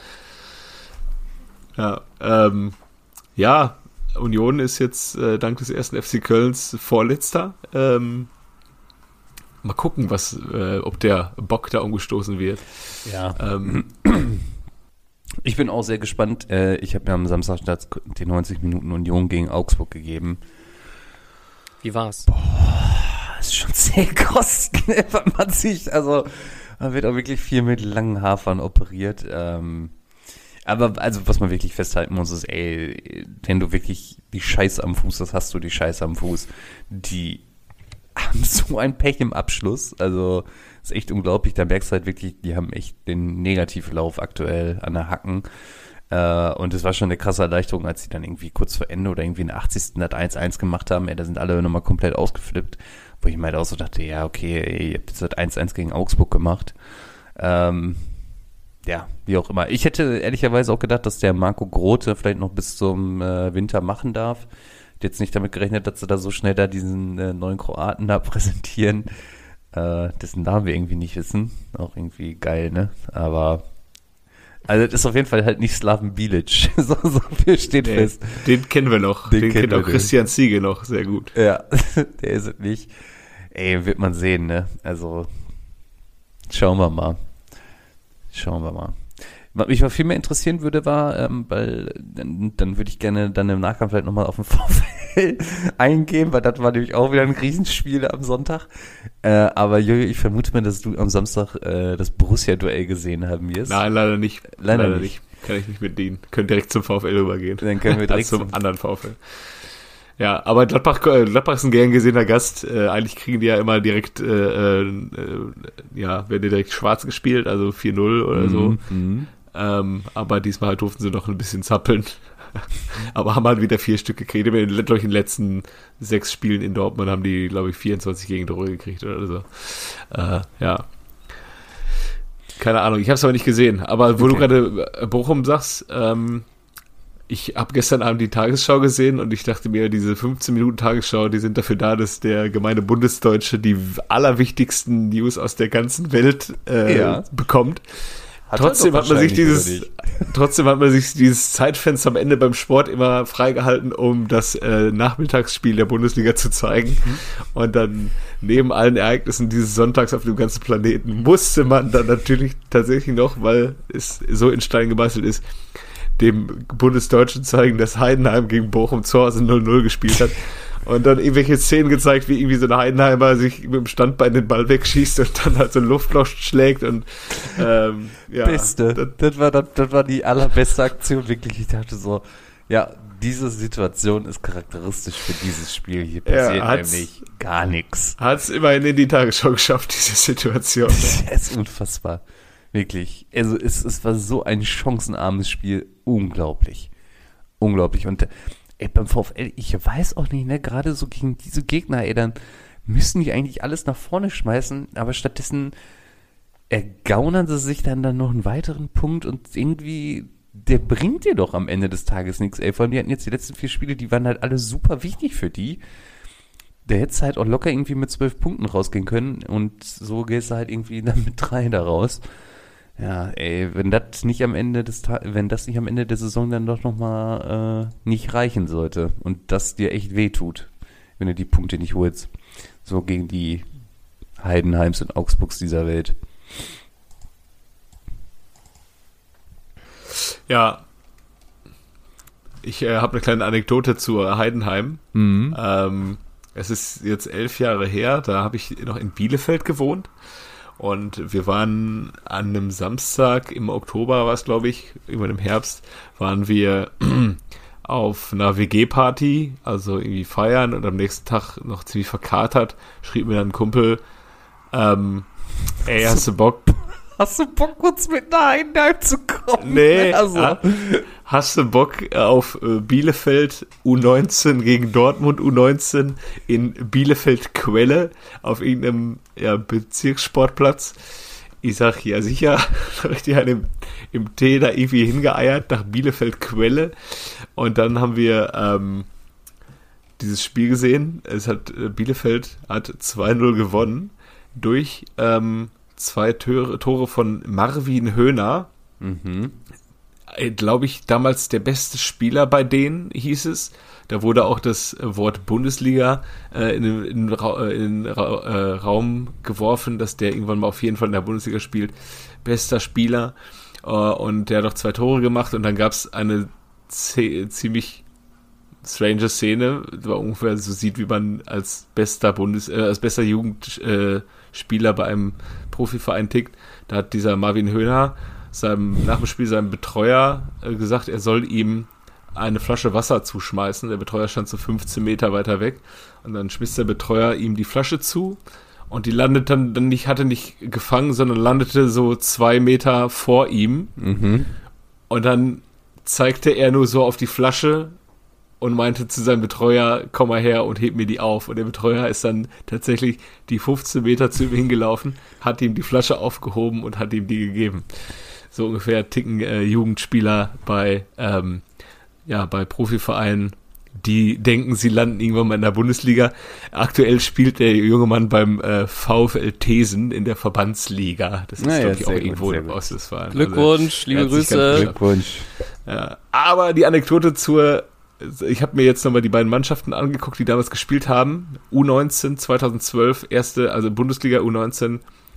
Ja, Union ist jetzt dank des ersten FC Kölns Vorletzter. mal gucken, ob der Bock da umgestoßen wird. Ja. Ich bin auch sehr gespannt. Ich habe mir am Samstag die 90 Minuten Union gegen Augsburg gegeben. Wie war's? Das ist schon sehr kosten, wenn man wird auch wirklich viel mit langen Haarfern operiert. Aber also was man wirklich festhalten muss, ist, wenn du wirklich die Scheiße am Fuß hast, hast du die Scheiße am Fuß. Die haben so ein Pech im Abschluss. Also ist echt unglaublich. Da merkst du halt wirklich, die haben echt den Negativlauf aktuell an der Hacken. Und es war schon eine krasse Erleichterung, als sie dann irgendwie kurz vor Ende oder irgendwie in der 80. das 1-1 gemacht haben. Da sind alle nochmal komplett ausgeflippt. Wo ich mir halt auch so dachte, ja, okay, ihr habt jetzt das 1-1 gegen Augsburg gemacht. Ja, wie auch immer. Ich hätte ehrlicherweise auch gedacht, dass der Marco Grote vielleicht noch bis zum Winter machen darf. Jetzt nicht damit gerechnet, dass sie da so schnell da diesen neuen Kroaten da präsentieren, dessen Namen wir irgendwie nicht wissen. Auch irgendwie geil, ne? Aber also das ist auf jeden Fall halt nicht Slaven Bilic. so viel steht fest. Den kennen wir noch. Den kennt auch Christian Ziege noch sehr gut. Ja, der ist es nicht. Wird man sehen, ne? Also schauen wir mal. Was mich mal viel mehr interessieren würde, war, weil dann würde ich gerne dann im Nachgang vielleicht nochmal auf den VfL eingehen, weil das war nämlich auch wieder ein Riesenspiel am Sonntag. Aber Jojo, ich vermute mal, dass du am Samstag das Borussia-Duell gesehen haben wirst. Nein, leider nicht. Leider nicht. Kann ich nicht mit denen. Können direkt zum VfL rübergehen. Dann können wir direkt zum anderen VfL. Ja, aber Gladbach ist ein gern gesehener Gast. Eigentlich kriegen die ja immer direkt, werden die direkt schwarz gespielt, also 4-0 oder so. Aber diesmal halt durften sie noch ein bisschen zappeln. Aber haben halt wieder 4 Stück gekriegt. In den letzten 6 Spielen in Dortmund haben die, glaube ich, 24 Gegentore gekriegt oder so. Ja. Keine Ahnung, ich habe es aber nicht gesehen. Aber wo du gerade Bochum sagst, ich habe gestern Abend die Tagesschau gesehen und ich dachte mir, diese 15 Minuten Tagesschau, die sind dafür da, dass der gemeine Bundesdeutsche die allerwichtigsten News aus der ganzen Welt bekommt. Trotzdem hat man sich dieses Zeitfenster am Ende beim Sport immer freigehalten, um das Nachmittagsspiel der Bundesliga zu zeigen. Und dann neben allen Ereignissen dieses Sonntags auf dem ganzen Planeten musste man dann natürlich tatsächlich noch, weil es so in Stein gemeißelt ist, dem Bundesdeutschen zeigen, dass Heidenheim gegen Bochum zu Hause 0-0 gespielt hat. Und dann irgendwelche Szenen gezeigt, wie irgendwie so ein Heidenheimer sich mit dem Standbein den Ball wegschießt und dann halt so ein Luftloch schlägt und Beste. Das war die allerbeste Aktion, wirklich. Ich dachte so, ja, diese Situation ist charakteristisch für dieses Spiel. Hier passiert nämlich gar nichts. Hat es immerhin in die Tagesschau geschafft, diese Situation. Das ist unfassbar. Wirklich. Also es war so ein chancenarmes Spiel. Unglaublich. Und beim VfL, ich weiß auch nicht, ne, gerade so gegen diese Gegner, dann müssen die eigentlich alles nach vorne schmeißen, aber stattdessen ergaunern sie sich dann noch einen weiteren Punkt und irgendwie, der bringt dir doch am Ende des Tages nichts, vor allem die hatten jetzt die letzten 4 Spiele, die waren halt alle super wichtig für die. Der hätte halt auch locker irgendwie mit 12 Punkten rausgehen können und so gehst du halt irgendwie dann mit 3 da raus. Ja, wenn das nicht am Ende der Saison dann doch nochmal nicht reichen sollte und das dir echt wehtut, wenn du die Punkte nicht holst. So gegen die Heidenheims und Augsburgs dieser Welt. Ja, ich habe eine kleine Anekdote zu Heidenheim. Es ist jetzt 11 Jahre her, da habe ich noch in Bielefeld gewohnt. Und wir waren an einem Samstag im Oktober, war es glaube ich, irgendwann im Herbst, waren wir auf einer WG-Party, also irgendwie feiern und am nächsten Tag noch ziemlich verkatert, schrieb mir dann ein Kumpel, hast du Bock? Hast du Bock, kurz mit einer Einheit zu kommen? Nee, also. Hast du Bock auf Bielefeld U19 gegen Dortmund U19 in Bielefeld-Quelle auf irgendeinem Bezirkssportplatz? Ich sag, ja sicher, richtig im Tee da irgendwie hingeeiert nach Bielefeld-Quelle und dann haben wir dieses Spiel gesehen. Bielefeld hat 2-0 gewonnen durch 2 Tore von Marvin Höhner. glaube ich, damals der beste Spieler bei denen, hieß es. Da wurde auch das Wort Bundesliga in den Raum geworfen, dass der irgendwann mal auf jeden Fall in der Bundesliga spielt. Bester Spieler. Und der hat auch 2 Tore gemacht und dann gab es eine ziemlich strange Szene, war ungefähr so sieht, wie man als bester Jugendspieler bei einem Profiverein tickt. Da hat dieser Marvin Höhner nach dem Spiel seinem Betreuer gesagt, er soll ihm eine Flasche Wasser zuschmeißen. Der Betreuer stand so 15 Meter weiter weg und dann schmiss der Betreuer ihm die Flasche zu und die landet dann nicht, hatte nicht gefangen, sondern landete so 2 Meter vor ihm. Und dann zeigte er nur so auf die Flasche und meinte zu seinem Betreuer, komm mal her und heb mir die auf. Und der Betreuer ist dann tatsächlich die 15 Meter zu ihm hingelaufen, hat ihm die Flasche aufgehoben und hat ihm die gegeben. So ungefähr ticken Jugendspieler bei Profivereinen, die denken, sie landen irgendwann mal in der Bundesliga. Aktuell spielt der junge Mann beim VfL Thesen in der Verbandsliga. Das ist, glaube ich, auch irgendwo im Ostwestfalen. Glückwunsch, liebe Grüße. Glückwunsch. Ja, aber die Anekdote ich habe mir jetzt nochmal die beiden Mannschaften angeguckt, die damals gespielt haben. U19 2012, also Bundesliga U19.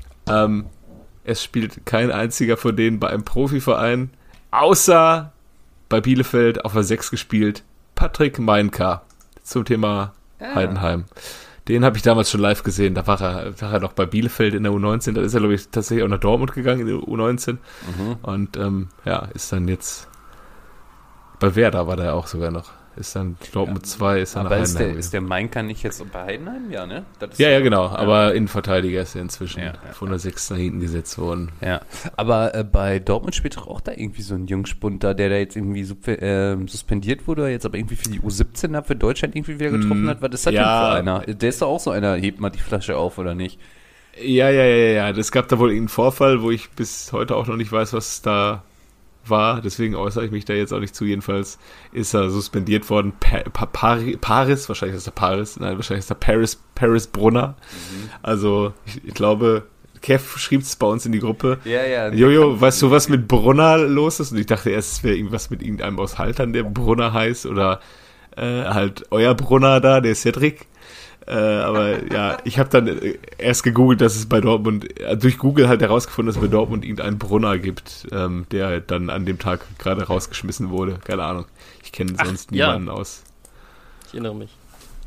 Es spielt kein einziger von denen bei einem Profiverein, außer bei Bielefeld auf der 6 gespielt, Patrick Meinka zum Thema Heidenheim. Den habe ich damals schon live gesehen, da war er noch bei Bielefeld in der U19, da ist er, glaube ich, tatsächlich auch nach Dortmund gegangen in der U19 und ist dann jetzt bei Werder war der auch sogar noch. Ist dann Dortmund 2, ist dann aber nach Heidenheim. Ist der Meinka nicht jetzt bei Heidenheim? Ja, ne? Ja, genau. Aber Innenverteidiger ist er inzwischen von der 6 nach hinten gesetzt worden. Ja, aber bei Dortmund spielt doch auch da irgendwie so ein Jungspund da, der da jetzt irgendwie suspendiert wurde, jetzt aber irgendwie für die U17 für Deutschland irgendwie wieder getroffen hat. Was ist das denn für einer? Der ist doch auch so einer, hebt mal die Flasche auf, oder nicht? Ja. Es gab da wohl irgendeinen Vorfall, wo ich bis heute auch noch nicht weiß, was da war, deswegen äußere ich mich da jetzt auch nicht zu. Jedenfalls ist er suspendiert worden. Paris, wahrscheinlich ist er Paris, nein, wahrscheinlich ist er Paris Brunner. Also, ich glaube, Kev schrieb es bei uns in die Gruppe. Ja. Jojo, weißt du, was mit Brunner los ist? Und ich dachte erst, es wäre irgendwas mit irgendeinem aus Haltern, der Brunner heißt, oder halt euer Brunner da, der Cedric. Aber ja, ich habe dann erst gegoogelt, dass es bei Dortmund, durch Google halt herausgefunden, dass es bei Dortmund irgendeinen Brunner gibt, der dann an dem Tag gerade rausgeschmissen wurde. Keine Ahnung. Ich kenne sonst niemanden aus. Ich erinnere mich.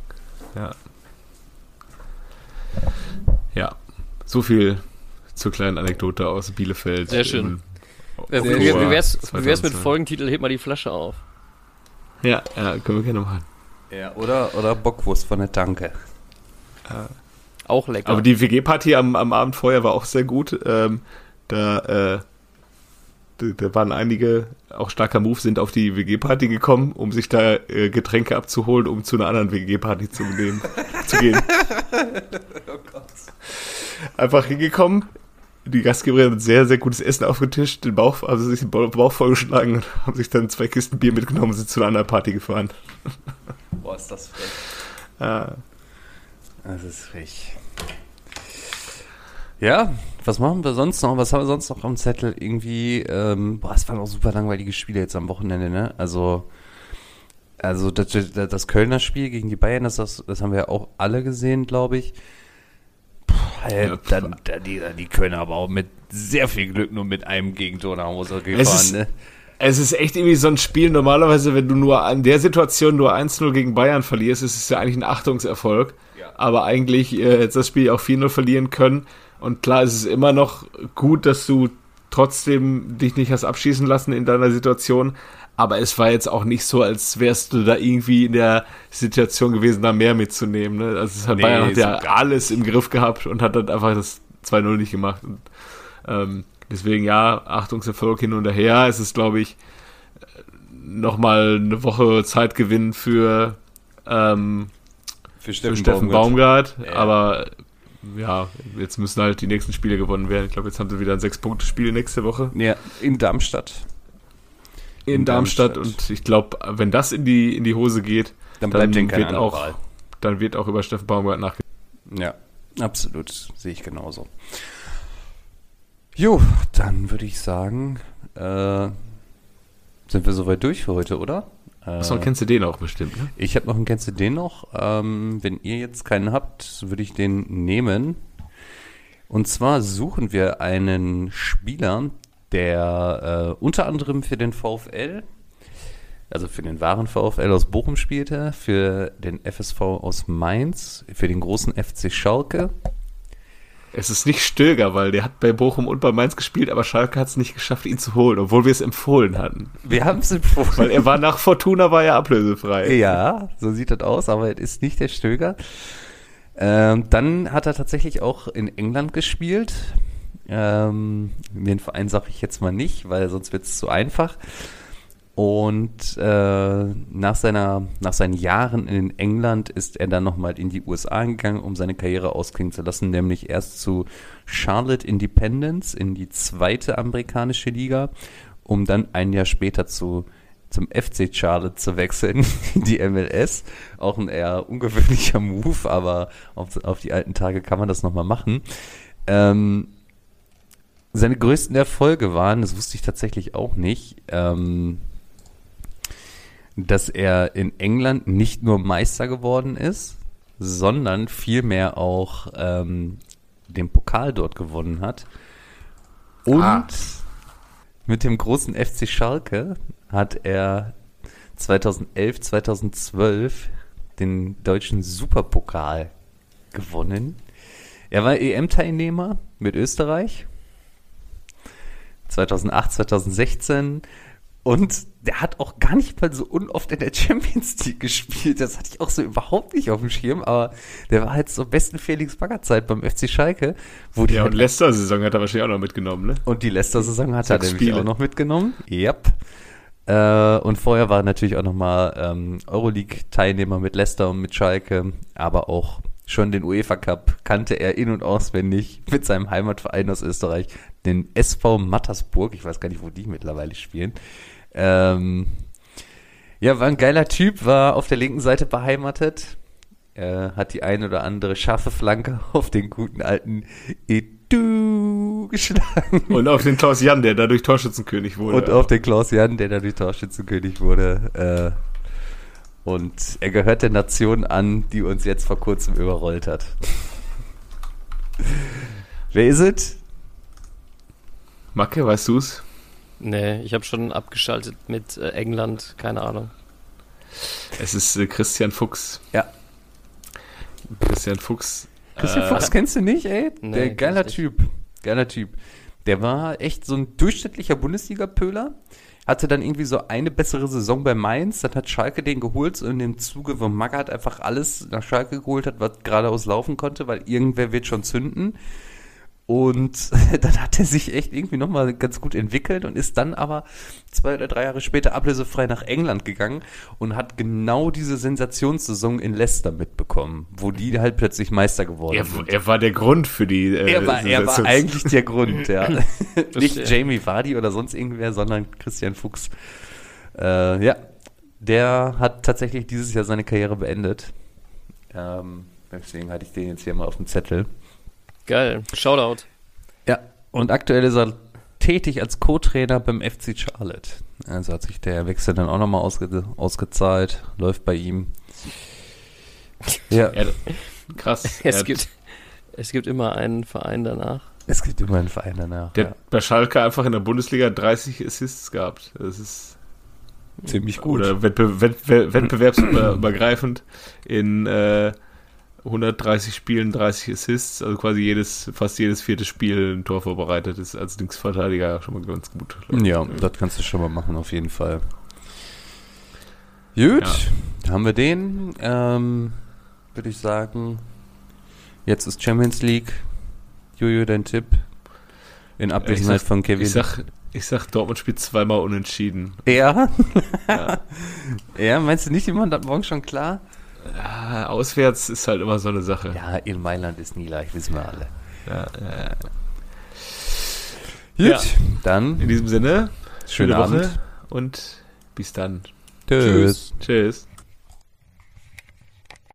Ja. So viel zur kleinen Anekdote aus Bielefeld. Sehr schön. Wie wär's mit Folgentitel, heb mal die Flasche auf? Ja, können wir gerne machen. Ja, oder Bockwurst von der Tanke. Auch lecker. Aber die WG-Party am Abend vorher war auch sehr gut. Da waren einige, auch starker Move, sind auf die WG-Party gekommen, um sich da Getränke abzuholen, um zu einer anderen WG-Party zu gehen. Oh Gott. Einfach hingekommen. Die Gastgeberin hat sehr, sehr gutes Essen aufgetischt, sich den Bauch vollgeschlagen und haben sich dann 2 Kisten Bier mitgenommen und sind zu einer anderen Party gefahren. Boah, ist das frech. Ja. Das ist frech. Ja, was machen wir sonst noch? Was haben wir sonst noch am Zettel? Irgendwie, es waren auch super langweilige Spiele jetzt am Wochenende, ne? Also das Kölner Spiel gegen die Bayern, das haben wir ja auch alle gesehen, glaube ich. Die Kölner aber auch mit sehr viel Glück nur mit einem Gegentor nach Hause gefahren, ne? Es ist echt irgendwie so ein Spiel, normalerweise, wenn du nur an der Situation nur 1-0 gegen Bayern verlierst, ist es ja eigentlich ein Achtungserfolg. Ja. Aber eigentlich hättest das Spiel auch 4-0 verlieren können. Und klar, es ist immer noch gut, dass du trotzdem dich nicht hast abschießen lassen in deiner Situation. Aber es war jetzt auch nicht so, als wärst du da irgendwie in der Situation gewesen, da mehr mitzunehmen. Ne? Also Bayern hat ja alles im Griff gehabt und hat dann einfach das 2-0 nicht gemacht. Und, deswegen ja, Achtungserfolg hin und her. Es ist, glaube ich, nochmal eine Woche Zeitgewinn für Steffen Baumgart. Ja. Aber ja, jetzt müssen halt die nächsten Spiele gewonnen werden. Ich glaube, jetzt haben sie wieder ein 6-Punkte-Spiel nächste Woche. Ja, in Darmstadt. In Darmstadt. Und ich glaube, wenn das in die Hose geht, dann wird auch über Steffen Baumgart nachgedacht. Ja, absolut. Sehe ich genauso. Jo, dann würde ich sagen, sind wir soweit durch für heute, oder? Achso, kennst du den auch bestimmt, ne? Ich habe noch einen, kennst du den noch? Wenn ihr jetzt keinen habt, würde ich den nehmen. Und zwar suchen wir einen Spieler, der unter anderem für den VfL, also für den wahren VfL aus Bochum spielte, für den FSV aus Mainz, für den großen FC Schalke. Es ist nicht Stöger, weil der hat bei Bochum und bei Mainz gespielt, aber Schalke hat es nicht geschafft, ihn zu holen, obwohl wir es empfohlen hatten. Wir haben es empfohlen. Weil er war nach Fortuna, war er ablösefrei. Ja, so sieht das aus, aber es ist nicht der Stöger. Dann hat er tatsächlich auch in England gespielt. Den Verein sage ich jetzt mal nicht, weil sonst wird es zu einfach. Und nach seinen Jahren in England ist er dann nochmal in die USA gegangen, um seine Karriere ausklingen zu lassen, nämlich erst zu Charlotte Independence in die 2. amerikanische Liga, um dann ein Jahr später zum FC Charlotte zu wechseln, in die MLS. Auch ein eher ungewöhnlicher Move, aber auf die alten Tage kann man das nochmal machen. Seine größten Erfolge waren, das wusste ich tatsächlich auch nicht, dass er in England nicht nur Meister geworden ist, sondern vielmehr auch den Pokal dort gewonnen hat. Und mit dem großen FC Schalke hat er 2011, 2012 den deutschen Superpokal gewonnen. Er war EM-Teilnehmer mit Österreich 2008, 2016 und der hat auch gar nicht mal so unoft in der Champions League gespielt. Das hatte ich auch so überhaupt nicht auf dem Schirm, aber der war halt zur besten Felix-Magath-Zeit beim FC Schalke. Und Leicester-Saison hat er wahrscheinlich auch noch mitgenommen, ne? Und die Leicester-Saison hat er nämlich auch noch mitgenommen. Yep. Und vorher war er natürlich auch nochmal Euroleague-Teilnehmer mit Leicester und mit Schalke, aber auch schon den UEFA Cup kannte er in- und auswendig mit seinem Heimatverein aus Österreich, den SV Mattersburg. Ich weiß gar nicht, wo die mittlerweile spielen. Ja, war ein geiler Typ, war auf der linken Seite beheimatet, hat die ein oder andere scharfe Flanke auf den guten alten Edu geschlagen. Und auf den Klaus Jan, der dadurch Torschützenkönig wurde. Und auf den Klaus Jan, der dadurch Torschützenkönig wurde. Und er gehört der Nation an, die uns jetzt vor kurzem überrollt hat. Wer ist es? Macke, weißt du's? Nee, ich habe schon abgeschaltet mit England, keine Ahnung. Es ist Christian Fuchs. Ja. Christian Fuchs. Christian Fuchs kennst du nicht, ey? Nee, Der geiler Typ. Geiler Typ. Der war echt so ein durchschnittlicher Bundesliga-Pöler. Hatte dann irgendwie so eine bessere Saison bei Mainz. Dann hat Schalke den geholt. So in dem Zuge, wo Magath einfach alles nach Schalke geholt hat, was geradeaus laufen konnte, weil irgendwer wird schon zünden. Und dann hat er sich echt irgendwie nochmal ganz gut entwickelt und ist dann aber 2 oder 3 Jahre später ablösefrei nach England gegangen und hat genau diese Sensationssaison in Leicester mitbekommen, wo die halt plötzlich Meister geworden sind. Er war der Grund für die Er war eigentlich der Grund, ja. Nicht Jamie Vardy oder sonst irgendwer, sondern Christian Fuchs. Ja, der hat tatsächlich dieses Jahr seine Karriere beendet. Deswegen hatte ich den jetzt hier mal auf dem Zettel. Geil, Shoutout. Ja, und aktuell ist er tätig als Co-Trainer beim FC Charlotte. Also hat sich der Wechsel dann auch nochmal ausgezahlt, läuft bei ihm. Ja. Krass. Es gibt immer einen Verein danach. Es gibt immer einen Verein danach. Der hat bei Schalke einfach in der Bundesliga 30 Assists gehabt. Das ist ziemlich gut. Oder wettbewerbsübergreifend in 130 Spielen 30 Assists, also quasi fast jedes 4. Spiel ein Tor vorbereitet ist als Linksverteidiger schon mal ganz gut. Ja, das kannst du schon mal machen, auf jeden Fall. Gut, haben wir den. Würde ich sagen, jetzt ist Champions League. Jojo, dein Tipp? In Abwesenheit von Kevin. Ich sag, Dortmund spielt 2-mal unentschieden. Ja? Ja, meinst du nicht, jemand hat morgen schon klar? Ja, auswärts ist halt immer so eine Sache. Ja, in Mailand ist nie leicht, wissen wir alle. Ja. Gut, dann in diesem Sinne, schöne Woche Abend und bis dann. Tschüss. Tschüss.